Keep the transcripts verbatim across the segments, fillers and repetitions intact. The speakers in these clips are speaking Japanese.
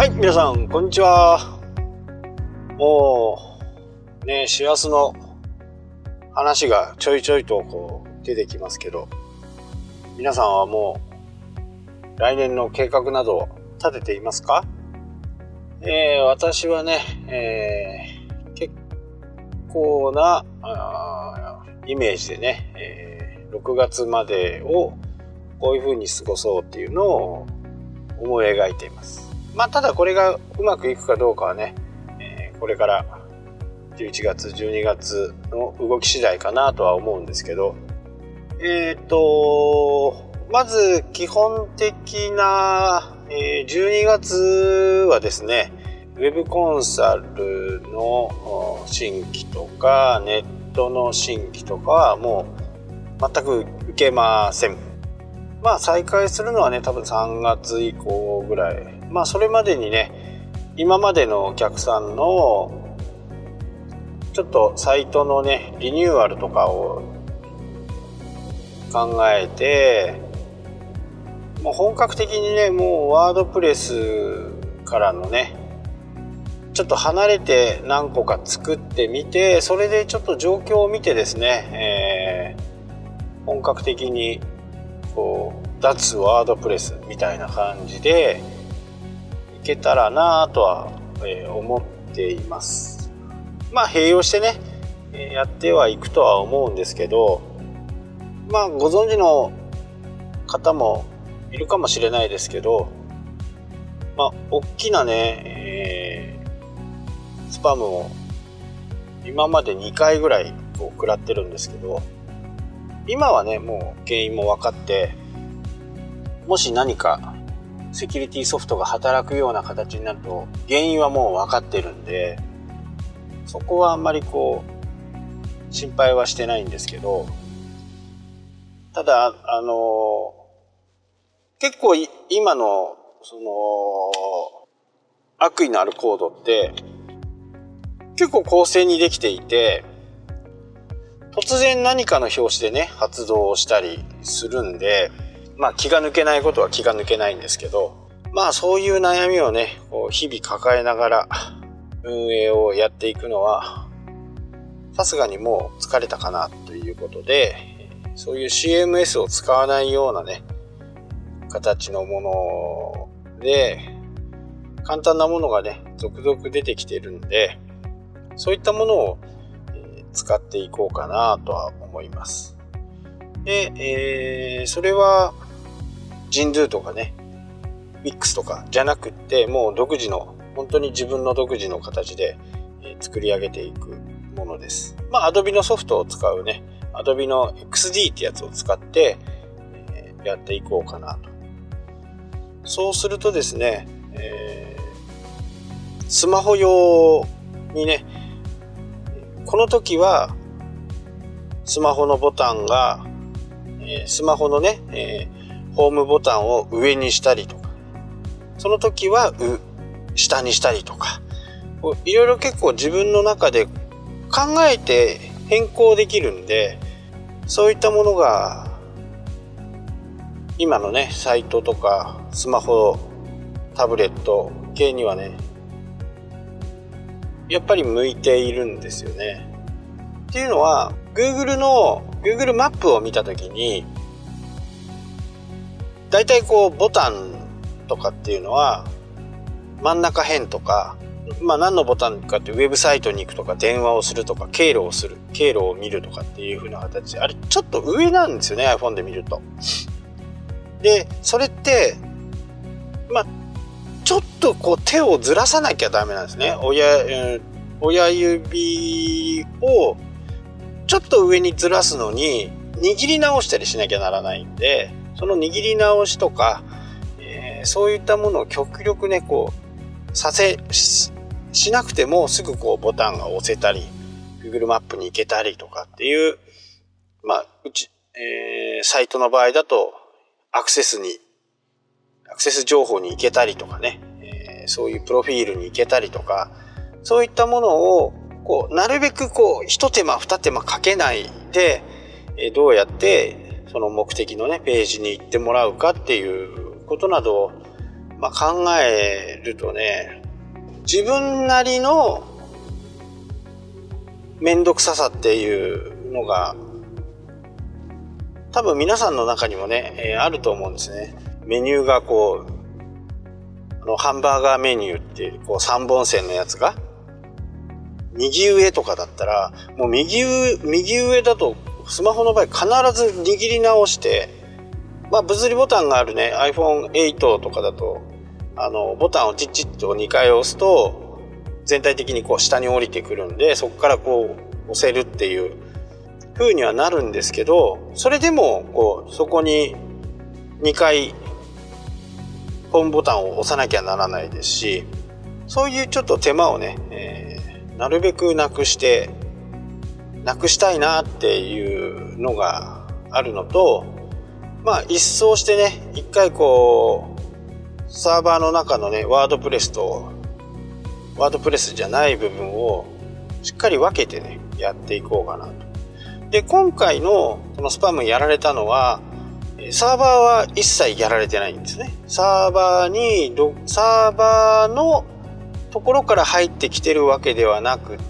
はい、皆さんこんにちは。もうね、師走の話がちょいちょいとこう出てきますけど、皆さんはもう来年の計画などを立てていますか？えー、私はね、えー、結構なイメージでね、えー、ろくがつまでをこういう風に過ごそうっていうのを思い描いています。まあただこれがうまくいくかどうかはね、えー、これからじゅういちがつじゅうにがつの動き次第かなとは思うんですけど、えっとまず基本的な、えー、じゅうにがつはですね、ウェブコンサルの新規とかネットの新規とかはもう全く受けません。まあ再開するのはね、多分さんがつ以降ぐらい。まあそれまでにね、今までのお客さんのちょっとサイトのねリニューアルとかを考えて、もう本格的にね、もうワードプレスからのねちょっと離れて何個か作ってみて、それでちょっと状況を見てですね、えー、本格的にこう脱ワードプレスみたいな感じでいけたらなとは、えー、思っています。まあ併用してね、えー、やってはいくとは思うんですけど、まあご存知の方もいるかもしれないですけど、まあ大きなね、えー、スパムを今までにかいぐらいこう食らってるんですけど、今はねもう原因も分かって、もし何かセキュリティソフトが働くような形になると原因はもう分かってるんで、そこはあんまりこう心配はしてないんですけど、ただあの結構今のその悪意のあるコードって結構公正にできていて、突然何かの拍子でね発動したりするんで、まあ気が抜けないことは気が抜けないんですけど、まあそういう悩みをねこう日々抱えながら運営をやっていくのはさすがにもう疲れたかなということで、そういう シーエムエス を使わないようなね形のもので、簡単なものがね続々出てきてるんで、そういったものを使っていこうかなとは思います。で、えー、それは Jindoo とかね Wix とかじゃなくって、もう独自の本当に自分の独自の形で作り上げていくものです。まあ Adobe のソフトを使うね Adobe の エックスディー ってやつを使ってやっていこうかなと。そうするとですね、えー、スマホ用にね、この時はスマホのボタンが、えー、スマホのね、えー、ホームボタンを上にしたりとか、その時はう下にしたりとか、いろいろ結構自分の中で考えて変更できるんで、そういったものが今のねサイトとかスマホタブレット系にはねやっぱり向いているんですよね。っていうのは Google の Google マップを見たときに、だいたいこうボタンとかっていうのは真ん中辺とか、まあ何のボタンかってウェブサイトに行くとか電話をするとか経路をする経路を見るとかっていう風な形で、あれちょっと上なんですよね iPhone で見ると。でそれってまあちょっとこう手をずらさなきゃダメなんですね。親、うん、親指をちょっと上にずらすのに握り直したりしなきゃならないんで、その握り直しとか、えー、そういったものを極力ねこうさせ し, しなくてもすぐこうボタンが押せたり Google マップに行けたりとかっていう、まあうち、えー、サイトの場合だとアクセスにアクセス情報に行けたりとかね、えー、そういうプロフィールに行けたりとか、そういったものをこうなるべくこう一手間二手間かけないで、えー、どうやってその目的のねページに行ってもらうかっていうことなどを、 まあ、考えるとね、自分なりのめんどくささっていうのが多分皆さんの中にもね、えー、あると思うんですね。メニューがこうあのハンバーガーメニューっていう、こうさんぼん線のやつが右上とかだったら、もう右上右上だとスマホの場合必ず握り直して、まあ物理ボタンがあるね アイフォンエイト とかだとあのボタンをチッチッとにかい押すと全体的にこう下に降りてくるんで、そこからこう押せるっていう風にはなるんですけど、それでもこうそこににかいホームボタンを押さなきゃならないですし、そういうちょっと手間をね、えー、なるべくなくしてなくしたいなっていうのがあるのと、まあ一掃してね、一回こうサーバーの中のねワードプレスとワードプレスじゃない部分をしっかり分けてねやっていこうかなと。で、今回のこのスパムやられたのはサーバーは一切やられてないんですね。サーバーにサーバーのところから入ってきてるわけではなくって、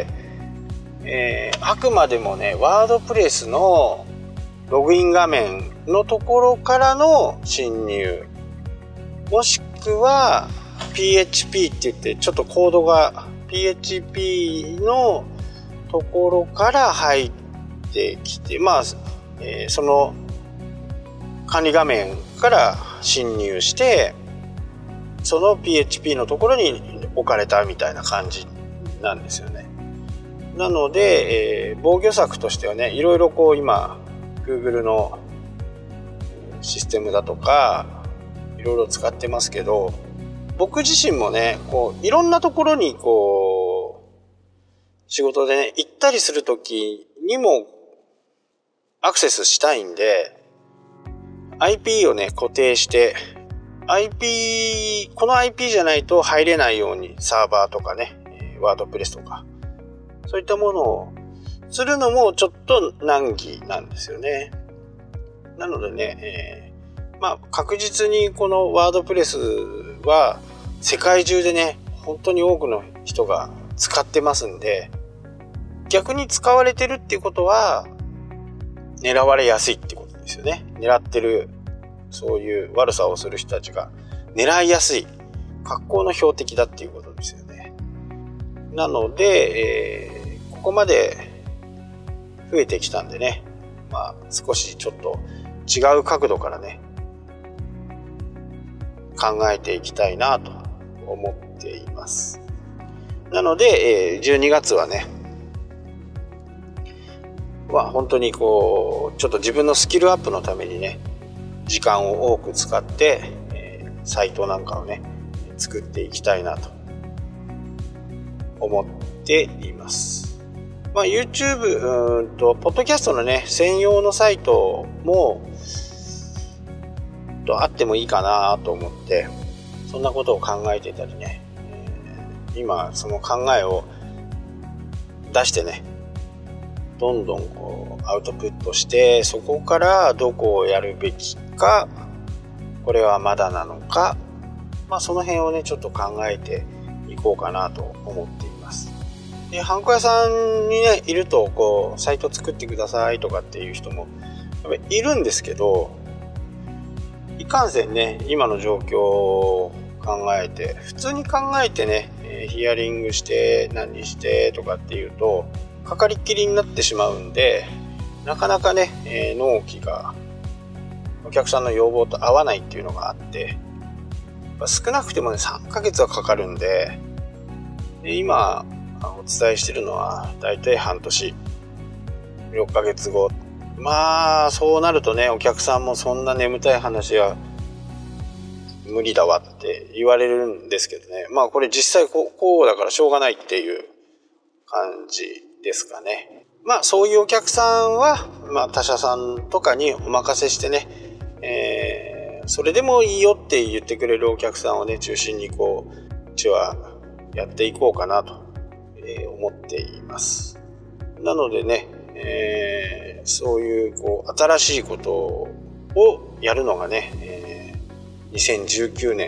えー、あくまでもねワードプレスのログイン画面のところからの侵入、もしくは ピーエイチピー って言ってちょっとコードが ピーエイチピー のところから入ってきて、まあ、えー、その管理画面から侵入してその ピーエイチピー のところに置かれたみたいな感じなんですよね。なので、えー、防御策としてはね、いろいろこう今 Google のシステムだとかいろいろ使ってますけど、僕自身もねこういろんなところにこう仕事でね行ったりするときにもアクセスしたいんで アイピー をね固定して アイピー この アイピー じゃないと入れないようにサーバーとかねワードプレスとかそういったものをするのもちょっと難儀なんですよね。なのでね、えー、まあ確実にこのワードプレスは世界中でね本当に多くの人が使ってますんで、逆に使われてるっていうことは狙われやすいってことですよね。狙ってるそういう悪さをする人たちが狙いやすい格好の標的だっていうことですよね。なので、えー、ここまで増えてきたんでね、まあ少しちょっと違う角度からね考えていきたいなと思っています。なので、えー、じゅうにがつはねは本当にこうちょっと自分のスキルアップのためにね時間を多く使って、えー、サイトなんかをね作っていきたいなと思っています。まあ、YouTube うんとポッドキャストのね専用のサイトもとあってもいいかなと思ってそんなことを考えていたりね、えー、今その考えを出してねどんどんこうアウトプットして、そこからどこをやるべきか、これはまだなのか、まあその辺をねちょっと考えていこうかなと思っています。で、ハンコ屋さんにねいるとこうサイト作ってくださいとかっていう人もやっぱりいるんですけど、いかんせんね今の状況を考えて普通に考えてね、えー、ヒアリングして何してとかっていうとかかりっきりになってしまうんで、なかなかね、えー、納期がお客さんの要望と合わないっていうのがあって、少なくてもねさんかげつはかかるんで、で今お伝えしてるのはだいたい半年よっかげつご、まあそうなるとねお客さんもそんな眠たい話は無理だわって言われるんですけどね、まあこれ実際こう、こうだからしょうがないっていう感じですかね。まあそういうお客さんは、まあ、他社さんとかにお任せしてね、えー、それでもいいよって言ってくれるお客さんをね中心にこううちはやっていこうかなと、えー、思っています。なのでね、えー、そういうこう新しいことをやるのがね、えー、にせんじゅうきゅうねん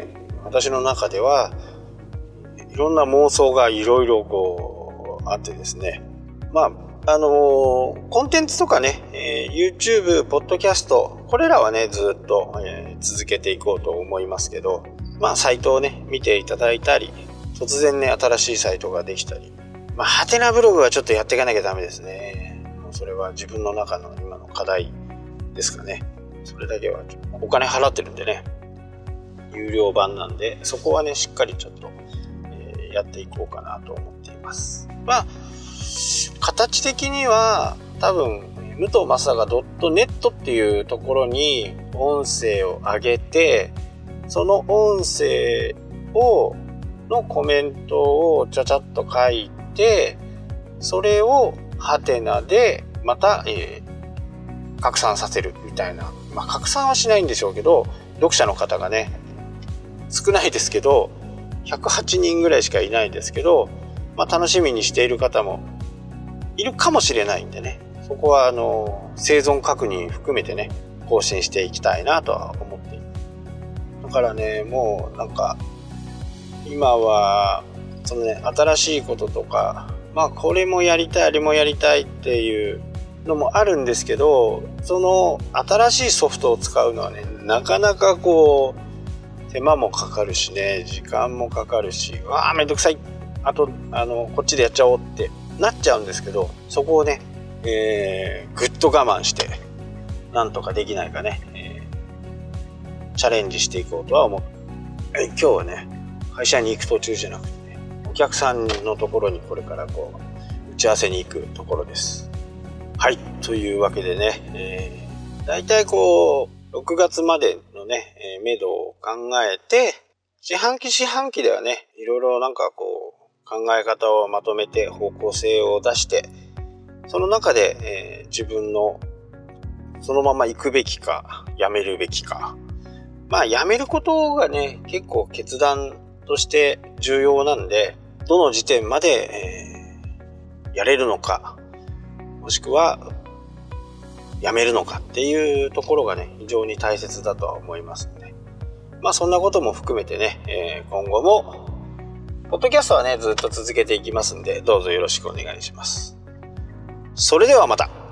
私の中ではいろんな妄想がいろいろこうあってですね、まああのー、コンテンツとかね、えー、YouTube、ポッドキャスト、これらはねずっと、えー、続けていこうと思いますけど、まあサイトをね見ていただいたり、突然ね新しいサイトができたり、まあハテナブログはちょっとやっていかなきゃダメですね。もうそれは自分の中の今の課題ですかね。それだけはお金払ってるんでね、有料版なんで、そこはねしっかりちょっと、えー、やっていこうかなと思っています。まあ形的には多分武藤正が .net っていうところに音声を上げて、その音声をのコメントをちゃちゃっと書いて、それをハテナでまた、えー、拡散させるみたいな、まあ拡散はしないんでしょうけど、読者の方がね少ないですけど、ひゃくはちにんぐらいしかいないですけど、まあ、楽しみにしている方もいるかもしれないんでね、そこはあの生存確認含めてね更新していきたいなとは思っている。だからね、もうなんか今はそのね新しいこととか、まあこれもやりたいあれもやりたいっていうのもあるんですけど、その新しいソフトを使うのはねなかなかこう手間もかかるしね、時間もかかるし、わあめんどくさい、あとあのこっちでやっちゃおうってなっちゃうんですけど、そこをね、えー、ぐっと我慢してなんとかできないかね、えー、チャレンジしていこうとは思う。え今日はね会社に行く途中じゃなくてね、お客さんのところにこれからこう打ち合わせに行くところです。はい、というわけでね、えー、だいたいこうろくがつまでのね、えー、目処を考えて、四半期四半期ではねいろいろなんかこう考え方をまとめて方向性を出して、その中で、えー、自分のそのまま行くべきかやめるべきか、まあやめることがね結構決断として重要なんで、どの時点まで、えー、やれるのか、もしくはやめるのかっていうところがね非常に大切だとは思いますので、まあそんなことも含めてね、えー、今後もポッドキャストはねずっと続けていきますんで、どうぞよろしくお願いします。それではまた。